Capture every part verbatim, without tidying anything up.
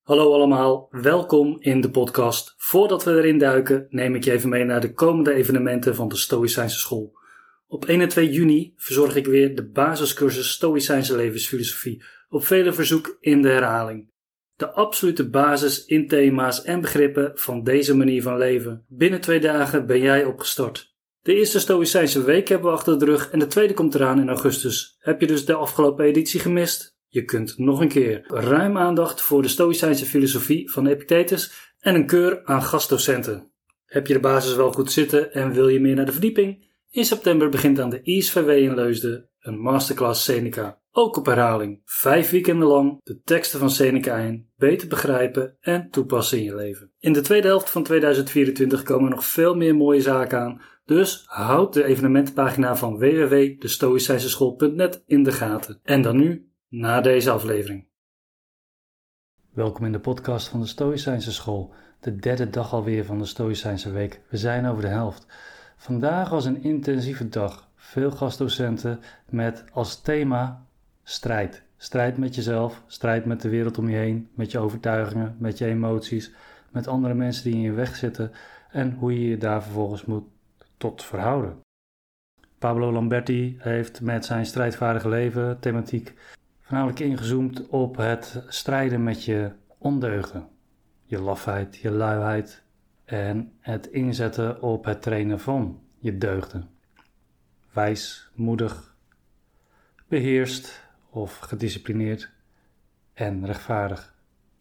Hallo allemaal, welkom in de podcast. Voordat we erin duiken, neem ik je even mee naar de komende evenementen van de Stoïcijnse School. Op één en twee juni verzorg ik weer de basiscursus Stoïcijnse levensfilosofie, op vele verzoek in de herhaling. De absolute basis in thema's en begrippen van deze manier van leven. Binnen twee dagen ben jij opgestart. De eerste Stoïcijnse week hebben we achter de rug en de tweede komt eraan in augustus. Heb je dus de afgelopen editie gemist? Je kunt nog een keer. Ruim aandacht voor de Stoïcijnse filosofie van Epictetus en een keur aan gastdocenten. Heb je de basis wel goed zitten en wil je meer naar de verdieping? In september begint aan de I S V W in Leusden een masterclass Seneca. Ook op herhaling. Vijf weekenden lang de teksten van Seneca in, beter begrijpen en toepassen in je leven. In de tweede helft van tweeduizend vierentwintig komen er nog veel meer mooie zaken aan. Dus houd de evenementenpagina van w w w punt de stoïcijnse school punt net in de gaten. En dan nu na deze aflevering. Welkom in de podcast van de Stoïcijnse School, de derde dag alweer van de Stoïcijnse week. We zijn over de helft. Vandaag was een intensieve dag, veel gastdocenten met als thema strijd. Strijd met jezelf, strijd met de wereld om je heen, met je overtuigingen, met je emoties, met andere mensen die in je weg zitten en hoe je je daar vervolgens moet tot verhouden. Pablo Lamberti heeft met zijn strijdvaardige leven thematiek voornamelijk ingezoomd op het strijden met je ondeugden, je lafheid, je luiheid en het inzetten op het trainen van je deugden. Wijs, moedig, beheerst of gedisciplineerd en rechtvaardig.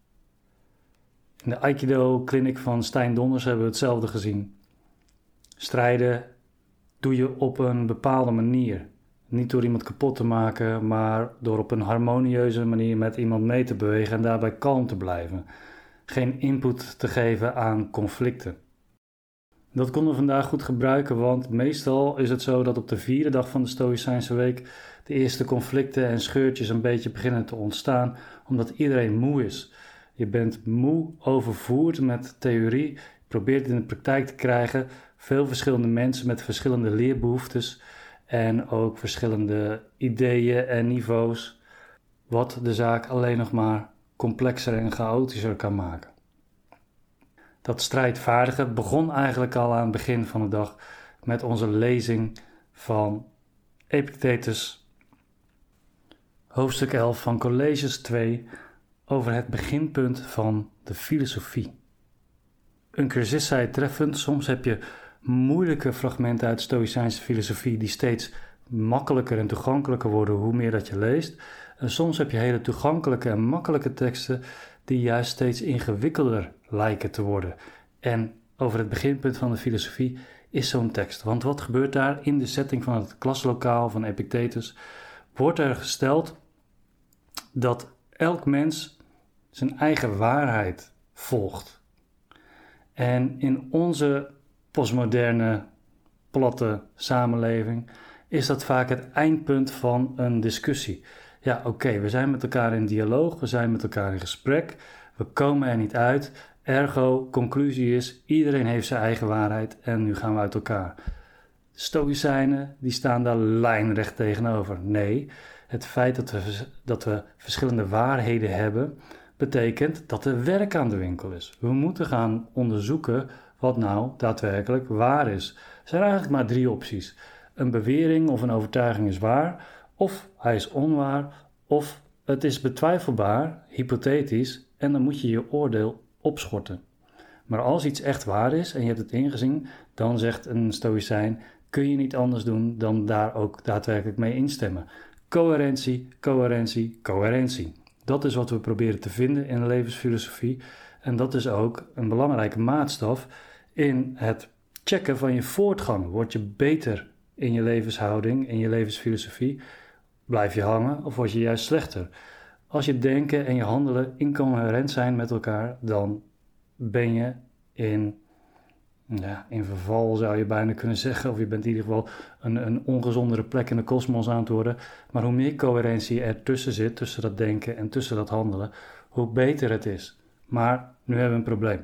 In de Aikido-kliniek van Stijn Donders hebben we hetzelfde gezien. Strijden doe je op een bepaalde manier. Niet door iemand kapot te maken, maar door op een harmonieuze manier met iemand mee te bewegen en daarbij kalm te blijven. Geen input te geven aan conflicten. Dat konden we vandaag goed gebruiken, want meestal is het zo dat op de vierde dag van de Stoïcijnse week de eerste conflicten en scheurtjes een beetje beginnen te ontstaan, omdat iedereen moe is. Je bent moe, overvoerd met theorie, je probeert het in de praktijk te krijgen. Veel verschillende mensen met verschillende leerbehoeftes en ook verschillende ideeën en niveaus, wat de zaak alleen nog maar complexer en chaotischer kan maken. Dat strijdvaardige begon eigenlijk al aan het begin van de dag met onze lezing van Epictetus, hoofdstuk elf van Colleges twee, over het beginpunt van de filosofie. Een cursus zei treffend, soms heb je moeilijke fragmenten uit Stoïcijnse filosofie die steeds makkelijker en toegankelijker worden hoe meer dat je leest. En soms heb je hele toegankelijke en makkelijke teksten die juist steeds ingewikkelder lijken te worden. En over het beginpunt van de filosofie is zo'n tekst. Want wat gebeurt daar in de setting van het klaslokaal van Epictetus? Wordt er gesteld dat elk mens zijn eigen waarheid volgt. En in onze postmoderne, platte samenleving is dat vaak het eindpunt van een discussie. Ja, oké, okay, we zijn met elkaar in dialoog, we zijn met elkaar in gesprek, we komen er niet uit. Ergo, conclusie is, iedereen heeft zijn eigen waarheid en nu gaan we uit elkaar. Stoïcijnen, die staan daar lijnrecht tegenover. Nee, het feit dat we, dat we verschillende waarheden hebben, betekent dat er werk aan de winkel is. We moeten gaan onderzoeken wat nou daadwerkelijk waar is. Er zijn eigenlijk maar drie opties. Een bewering of een overtuiging is waar, of hij is onwaar, of het is betwijfelbaar, hypothetisch, en dan moet je je oordeel opschorten. Maar als iets echt waar is en je hebt het ingezien, dan zegt een stoïcijn, kun je niet anders doen dan daar ook daadwerkelijk mee instemmen. Coherentie, coherentie, coherentie. Dat is wat we proberen te vinden in de levensfilosofie. En dat is ook een belangrijke maatstaf in het checken van je voortgang. Word je beter in je levenshouding, in je levensfilosofie? Blijf je hangen of word je juist slechter? Als je denken en je handelen incoherent zijn met elkaar, dan ben je in, ja, in verval, zou je bijna kunnen zeggen. Of je bent in ieder geval een, een ongezondere plek in de kosmos aan het worden. Maar hoe meer coherentie er tussen zit, tussen dat denken en tussen dat handelen, hoe beter het is. Maar nu hebben we een probleem.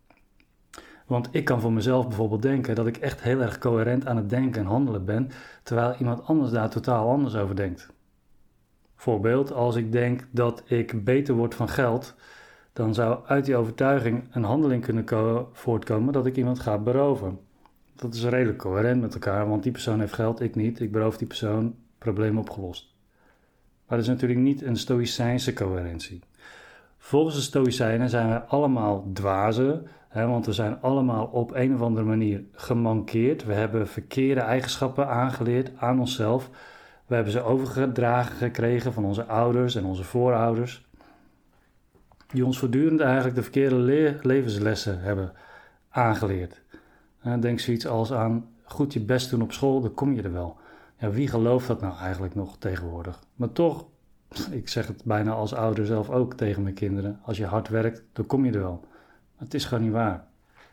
Want ik kan voor mezelf bijvoorbeeld denken dat ik echt heel erg coherent aan het denken en handelen ben, terwijl iemand anders daar totaal anders over denkt. Voorbeeld, als ik denk dat ik beter word van geld, dan zou uit die overtuiging een handeling kunnen ko- voortkomen dat ik iemand ga beroven. Dat is redelijk coherent met elkaar, want die persoon heeft geld, ik niet. Ik beroof die persoon, probleem opgelost. Maar dat is natuurlijk niet een stoïcijnse coherentie. Volgens de Stoïcijnen zijn wij allemaal dwazen, hè, want we zijn allemaal op een of andere manier gemankeerd. We hebben verkeerde eigenschappen aangeleerd aan onszelf. We hebben ze overgedragen gekregen van onze ouders en onze voorouders, die ons voortdurend eigenlijk de verkeerde le- levenslessen hebben aangeleerd. Denk zoiets als aan goed je best doen op school, dan kom je er wel. Ja, wie gelooft dat nou eigenlijk nog tegenwoordig? Maar toch, ik zeg het bijna als ouder zelf ook tegen mijn kinderen. Als je hard werkt, dan kom je er wel. Maar het is gewoon niet waar.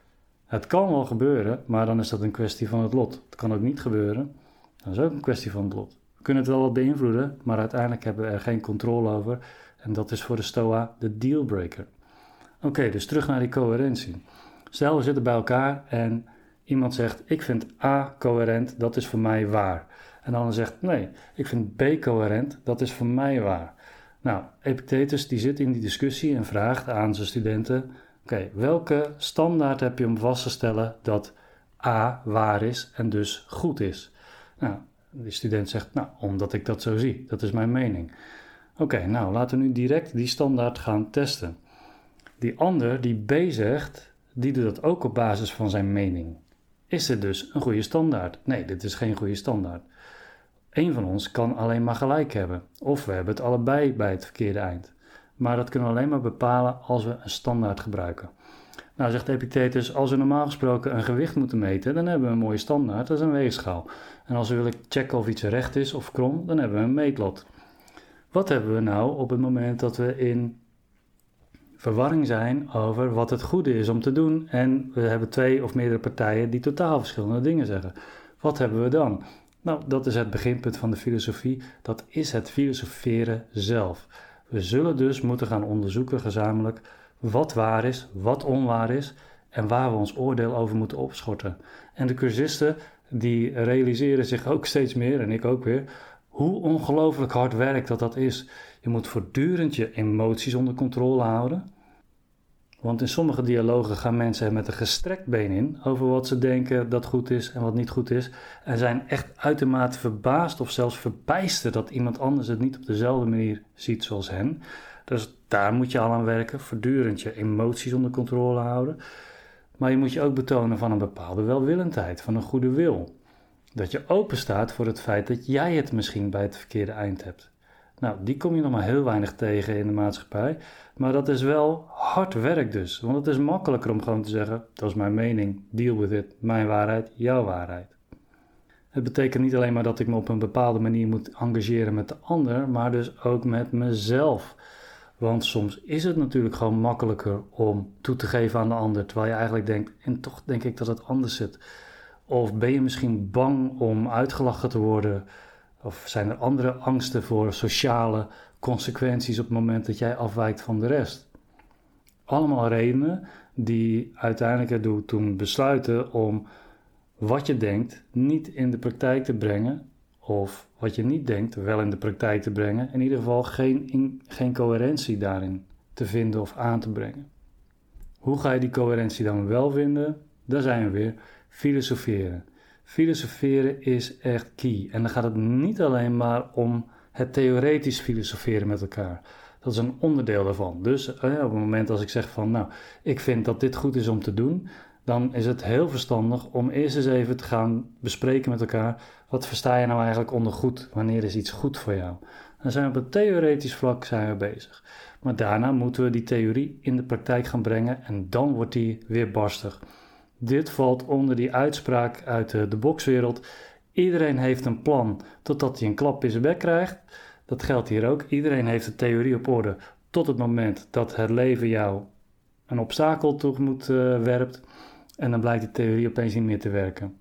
Het kan wel gebeuren, maar dan is dat een kwestie van het lot. Het kan ook niet gebeuren, dat is ook een kwestie van het lot. We kunnen het wel wat beïnvloeden, maar uiteindelijk hebben we er geen controle over. En dat is voor de Stoa de dealbreaker. Oké, okay, dus terug naar die coherentie. Stel, we zitten bij elkaar en iemand zegt, ik vind A coherent, dat is voor mij waar. En de ander zegt, nee, ik vind B coherent, dat is voor mij waar. Nou, Epictetus die zit in die discussie en vraagt aan zijn studenten, oké, okay, welke standaard heb je om vast te stellen dat A waar is en dus goed is? Nou, die student zegt, nou, omdat ik dat zo zie, dat is mijn mening. Oké, okay, nou, laten we nu direct die standaard gaan testen. Die ander, die B zegt, die doet dat ook op basis van zijn mening. Is dit dus een goede standaard? Nee, dit is geen goede standaard. Eén van ons kan alleen maar gelijk hebben. Of we hebben het allebei bij het verkeerde eind. Maar dat kunnen we alleen maar bepalen als we een standaard gebruiken. Nou, zegt Epictetus, als we normaal gesproken een gewicht moeten meten, dan hebben we een mooie standaard, dat is een weegschaal. En als we willen checken of iets recht is of krom, dan hebben we een meetlat. Wat hebben we nou op het moment dat we in verwarring zijn over wat het goede is om te doen en we hebben twee of meerdere partijen die totaal verschillende dingen zeggen? Wat hebben we dan? Nou, dat is het beginpunt van de filosofie, dat is het filosoferen zelf. We zullen dus moeten gaan onderzoeken gezamenlijk wat waar is, wat onwaar is en waar we ons oordeel over moeten opschorten. En de cursisten die realiseren zich ook steeds meer, en ik ook weer, hoe ongelooflijk hard werk dat dat is. Je moet voortdurend je emoties onder controle houden. Want in sommige dialogen gaan mensen er met een gestrekt been in over wat ze denken dat goed is en wat niet goed is. En zijn echt uitermate verbaasd of zelfs verbijsterd dat iemand anders het niet op dezelfde manier ziet zoals hen. Dus daar moet je al aan werken, voortdurend je emoties onder controle houden. Maar je moet je ook betonen van een bepaalde welwillendheid, van een goede wil. Dat je open staat voor het feit dat jij het misschien bij het verkeerde eind hebt. Nou, die kom je nog maar heel weinig tegen in de maatschappij. Maar dat is wel hard werk dus. Want het is makkelijker om gewoon te zeggen, dat is mijn mening, deal with it, mijn waarheid, jouw waarheid. Het betekent niet alleen maar dat ik me op een bepaalde manier moet engageren met de ander, maar dus ook met mezelf. Want soms is het natuurlijk gewoon makkelijker om toe te geven aan de ander, terwijl je eigenlijk denkt, en toch denk ik dat het anders zit. Of ben je misschien bang om uitgelachen te worden? Of zijn er andere angsten voor sociale consequenties op het moment dat jij afwijkt van de rest? Allemaal redenen die uiteindelijk ertoe doen besluiten om wat je denkt niet in de praktijk te brengen. Of wat je niet denkt wel in de praktijk te brengen. In ieder geval geen, in, geen coherentie daarin te vinden of aan te brengen. Hoe ga je die coherentie dan wel vinden? Daar zijn we weer. Filosoferen. Filosoferen is echt key. En dan gaat het niet alleen maar om het theoretisch filosoferen met elkaar. Dat is een onderdeel daarvan. Dus eh, op het moment als ik zeg van, nou, ik vind dat dit goed is om te doen, dan is het heel verstandig om eerst eens even te gaan bespreken met elkaar, wat versta je nou eigenlijk onder goed? Wanneer is iets goed voor jou? Dan zijn we op het theoretisch vlak zijn we bezig. Maar daarna moeten we die theorie in de praktijk gaan brengen en dan wordt die weer barstig. Dit valt onder die uitspraak uit de, de bokswereld. Iedereen heeft een plan totdat hij een klap in zijn bek krijgt. Dat geldt hier ook. Iedereen heeft de theorie op orde tot het moment dat het leven jou een obstakel tegemoet uh, werpt. En dan blijkt die theorie opeens niet meer te werken.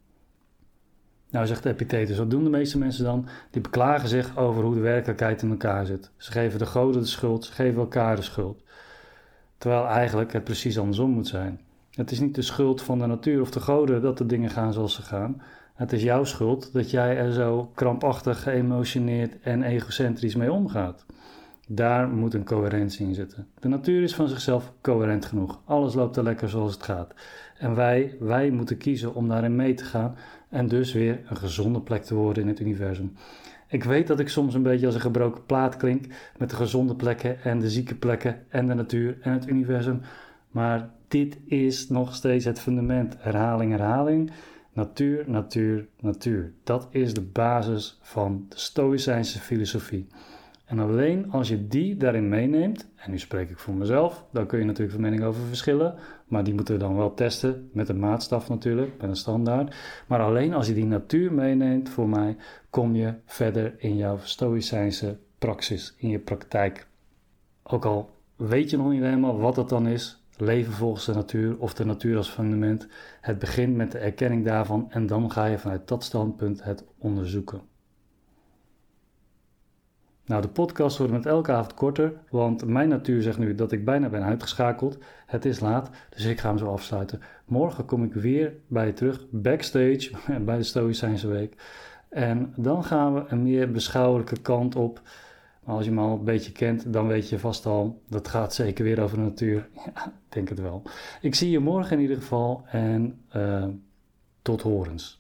Nou, zegt Epictetus, wat doen de meeste mensen dan? Die beklagen zich over hoe de werkelijkheid in elkaar zit. Ze geven de goden de schuld, ze geven elkaar de schuld. Terwijl eigenlijk het precies andersom moet zijn. Het is niet de schuld van de natuur of de goden dat de dingen gaan zoals ze gaan. Het is jouw schuld dat jij er zo krampachtig, geëmotioneerd en egocentrisch mee omgaat. Daar moet een coherentie in zitten. De natuur is van zichzelf coherent genoeg. Alles loopt er lekker zoals het gaat. En wij, wij moeten kiezen om daarin mee te gaan en dus weer een gezonde plek te worden in het universum. Ik weet dat ik soms een beetje als een gebroken plaat klink met de gezonde plekken en de zieke plekken en de natuur en het universum. Maar dit is nog steeds het fundament. Herhaling, herhaling. Natuur, natuur, natuur. Dat is de basis van de Stoïcijnse filosofie. En alleen als je die daarin meeneemt, en nu spreek ik voor mezelf, dan kun je natuurlijk van mening over verschillen, maar die moeten we dan wel testen met een maatstaf natuurlijk, met een standaard. Maar alleen als je die natuur meeneemt, voor mij, kom je verder in jouw Stoïcijnse praxis, in je praktijk. Ook al weet je nog niet helemaal wat dat dan is, leven volgens de natuur of de natuur als fundament. Het begint met de erkenning daarvan en dan ga je vanuit dat standpunt het onderzoeken. Nou, de podcast wordt met elke avond korter, want mijn natuur zegt nu dat ik bijna ben uitgeschakeld. Het is laat, dus ik ga hem zo afsluiten. Morgen kom ik weer bij je terug, backstage, bij de Stoïcijnse Week. En dan gaan we een meer beschouwelijke kant op. Maar als je me al een beetje kent, dan weet je vast al, dat gaat zeker weer over de natuur. Ja, ik denk het wel. Ik zie je morgen in ieder geval en uh, tot horens.